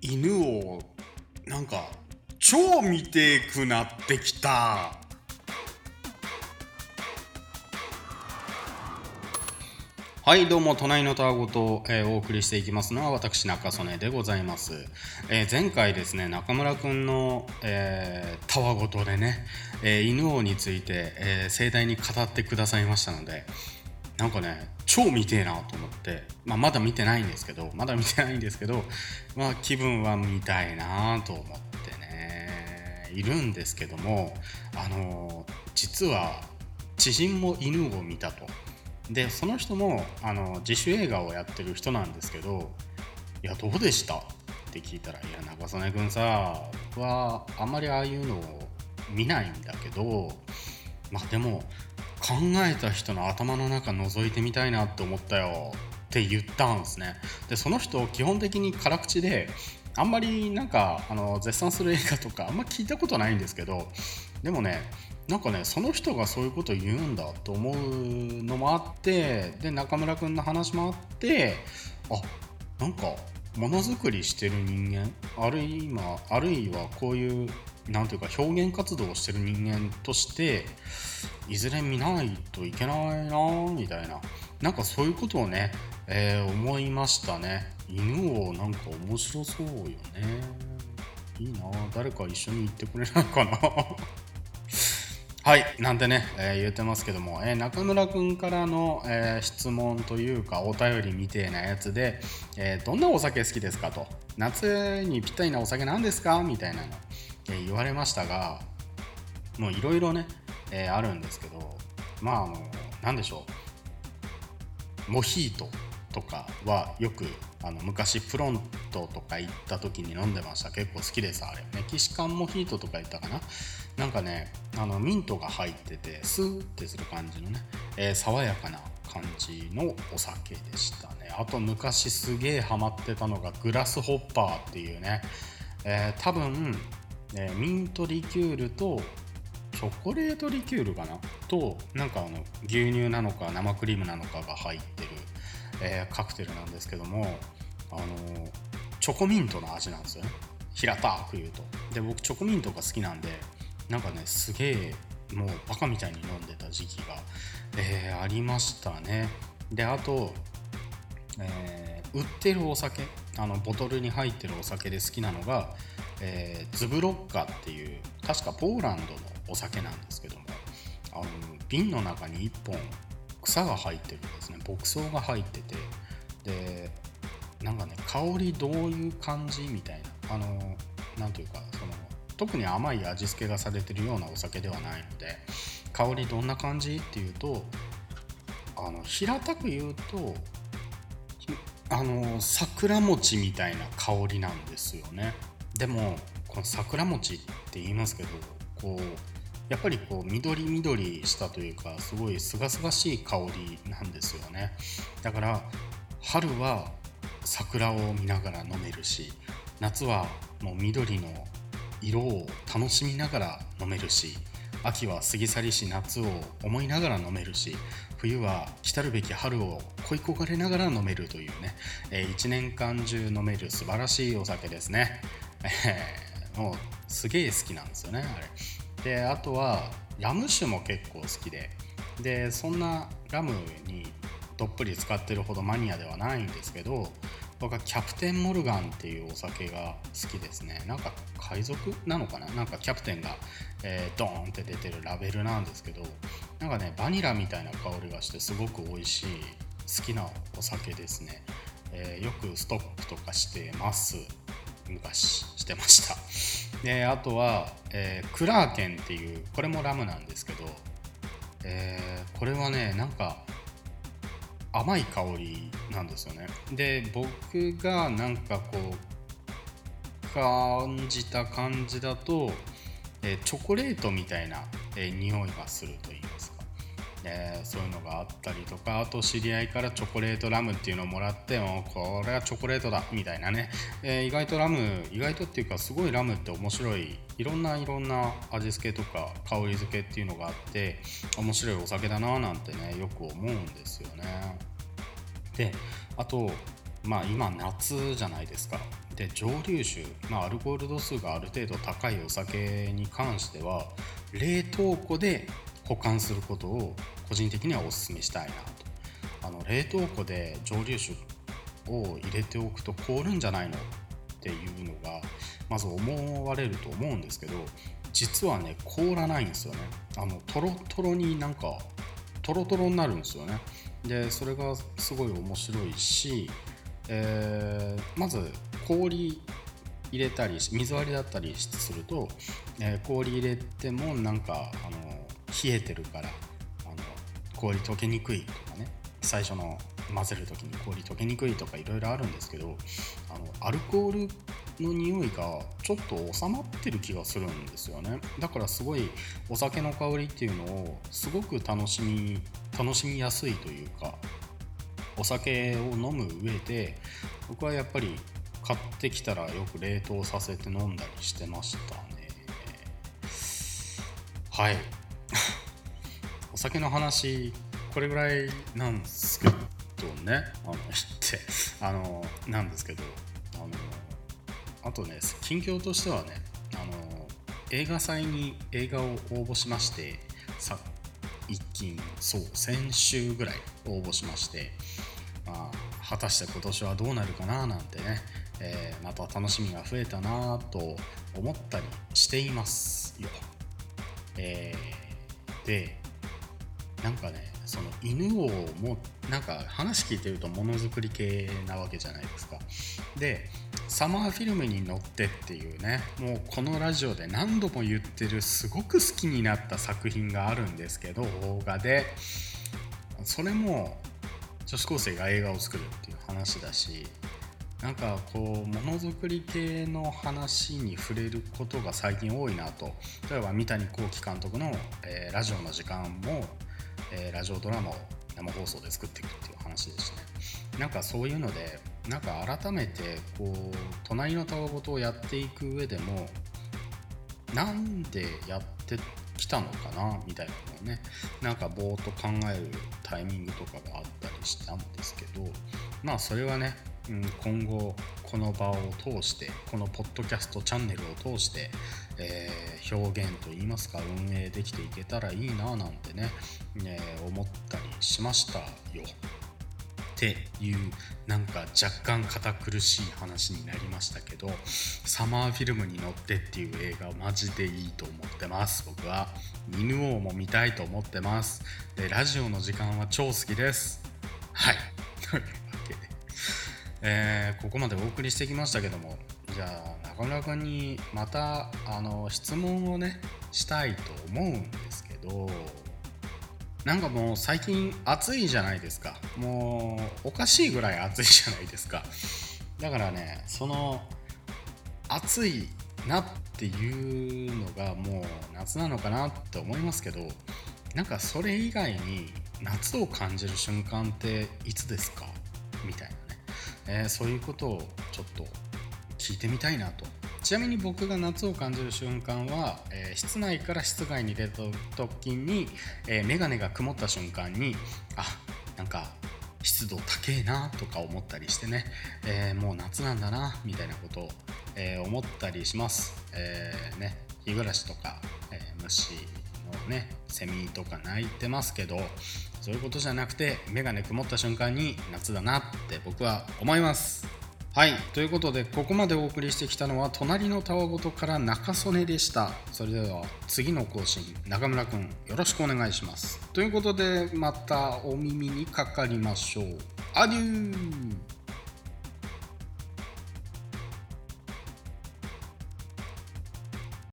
犬をなんか超見てくなってきた。はいどうも、隣のたわごと、お送りしていきますのは私中曽根でございます。前回ですね、中村くんの、たわごとでね、犬王について、盛大に語ってくださいましたので、なんかね超見てえなと思って、まだ見てないんですけど、気分は見たいなと思ってねいるんですけども、実は知人も犬を見たと。でその人も自主映画をやってる人なんですけど、いやどうでしたって聞いたら、いや中曽根くんさ、僕はあんまりああいうのを見ないんだけど、でも考えた人の頭の中覗いてみたいなって思ったよって言ったんですね。でその人基本的に辛口で、あんまり絶賛する映画とかあんま聞いたことないんですけど、でもねその人がそういうこと言うんだと思うのもあって、で中村くんの話もあって、ものづくりしてる人間、あるいはこういう表現活動をしてる人間としていずれ見ないといけないなみたいな、そういうことをね、思いましたね。犬を面白そうよね。いいな、誰か一緒に行ってくれないかなはいなんてね、言ってますけども、中村くんからの、質問というかお便りみてえなやつで、どんなお酒好きですかと、夏にぴったりなお酒なんですかみたいなの、言われましたが、もういろいろね、あるんですけど、なんでしょう、モヒートとかはよく昔プロントとか行った時に飲んでました。結構好きです。あれメキシカンモヒートとか言ったかな。ミントが入っててスーってする感じのね、爽やかな感じのお酒でしたね。あと昔すげえハマってたのがグラスホッパーっていうね、多分、ミントリキュールとチョコレートリキュールかなと、牛乳なのか生クリームなのかが入ってる、カクテルなんですけども、チョコミントの味なんですよね、平たく言うと。で僕チョコミントが好きなんで、すげえもうバカみたいに飲んでた時期が、ありましたね。であと、売ってるお酒、ボトルに入ってるお酒で好きなのが、ズブロッカっていう確かポーランドのお酒なんですけども、瓶の中に1本草が入ってるんですね。牧草が入ってて、で香りどういう感じみたいな、特に甘い味付けがされてるようなお酒ではないので、香りどんな感じっていうと、平たく言うと桜餅みたいな香りなんですよね。でもこの桜餅って言いますけど、やっぱり緑緑したというか、すごいすがすがしい香りなんですよね。だから春は桜を見ながら飲めるし、夏はもう緑の色を楽しみながら飲めるし、秋は過ぎ去りし夏を思いながら飲めるし、冬は来たるべき春を恋焦がれながら飲めるというね、1年間中飲める素晴らしいお酒ですね。もうすげえ好きなんですよねあれで。あとはラム酒も結構好きで、そんなラムにどっぷり使ってるほどマニアではないんですけど、僕はキャプテンモルガンっていうお酒が好きですね。海賊なのかな、キャプテンが、ドーンって出てるラベルなんですけど、バニラみたいな香りがしてすごく美味しい好きなお酒ですね。よくストックとかしてます。昔してました。であとは、クラーケンっていう、これもラムなんですけど、これはね甘い香りなんですよね。で僕が感じた感じだと、チョコレートみたいな、匂いがすると言いますか、そういうのがあったりとか、あと知り合いからチョコレートラムっていうのをもらって、もうこれはチョコレートだみたいなね、意外とっていうかすごいラムって面白い、いろんな味付けとか香り付けっていうのがあって面白いお酒だななんてねよく思うんですよね。であと今夏じゃないですか。 で蒸留酒、アルコール度数がある程度高いお酒に関しては冷凍庫で保管することを個人的にはお勧めしたいなと。冷凍庫で蒸留酒を入れておくと凍るんじゃないのっていうのがまず思われると思うんですけど、実はね凍らないんですよね。トロトロにトロトロになるんですよね。でそれがすごい面白いし、まず氷入れたり水割りだったりすると、氷入れても冷えてるから氷溶けにくいとかね、最初の混ぜる時に氷溶けにくいとかいろいろあるんですけど、アルコールの匂いがちょっと収まってる気がするんですよね。だからすごいお酒の香りっていうのをすごく楽しみやすいというか、お酒を飲む上で僕はやっぱり買ってきたらよく冷凍させて飲んだりしてましたね。はいお酒の話これぐらいなんですけどね、なんですけど、あとね近況としてはね、映画祭に映画を応募しまして、先週ぐらい応募しまして、果たして今年はどうなるかななんてね、また楽しみが増えたなと思ったりしていますよ。でその犬王も話聞いてるとものづくり系なわけじゃないですか。でサマーフィルムに乗ってっていうね、もうこのラジオで何度も言ってるすごく好きになった作品があるんですけど、邦画でそれも女子高生が映画を作るっていう話だし、ものづくり系の話に触れることが最近多いなと。例えば三谷幸喜監督の、ラジオの時間も、ラジオドラマを生放送で作っていくっていう話ですね。そういうので改めて隣のたわごとをやっていく上でもなんでやってきたのかなみたいなのをね、ぼーっと考えるタイミングとかがあったりしたんですけど、それはね、今後この場を通してこのポッドキャストチャンネルを通して、表現といいますか運営できていけたらいいななんてね、思ったりしましたよっていう若干堅苦しい話になりましたけど、サマーフィルムに乗ってっていう映画マジでいいと思ってます。僕は犬王も見たいと思ってます。でラジオの時間は超好きです。はいというわけで、ここまでお送りしてきましたけども、じゃあ中村君にまた質問をねしたいと思うんですけど、もう最近暑いじゃないですか。もうおかしいぐらい暑いじゃないですか。だからね、その暑いなっていうのがもう夏なのかなって思いますけど、それ以外に夏を感じる瞬間っていつですかみたいなね、そういうことをちょっと聞いてみたいなと。ちなみに僕が夏を感じる瞬間は、室内から室外に出た時に、メガネが曇った瞬間に湿度高えなとか思ったりしてね、もう夏なんだなみたいなことを、思ったりします。日暮らしとか、虫のねセミとか鳴いてますけど、そういうことじゃなくてメガネ曇った瞬間に夏だなって僕は思います。はい、ということでここまでお送りしてきたのは隣のたわごとから中曽根でした。それでは次の更新中村くんよろしくお願いします。ということでまたお耳にかかりましょう。アデュー。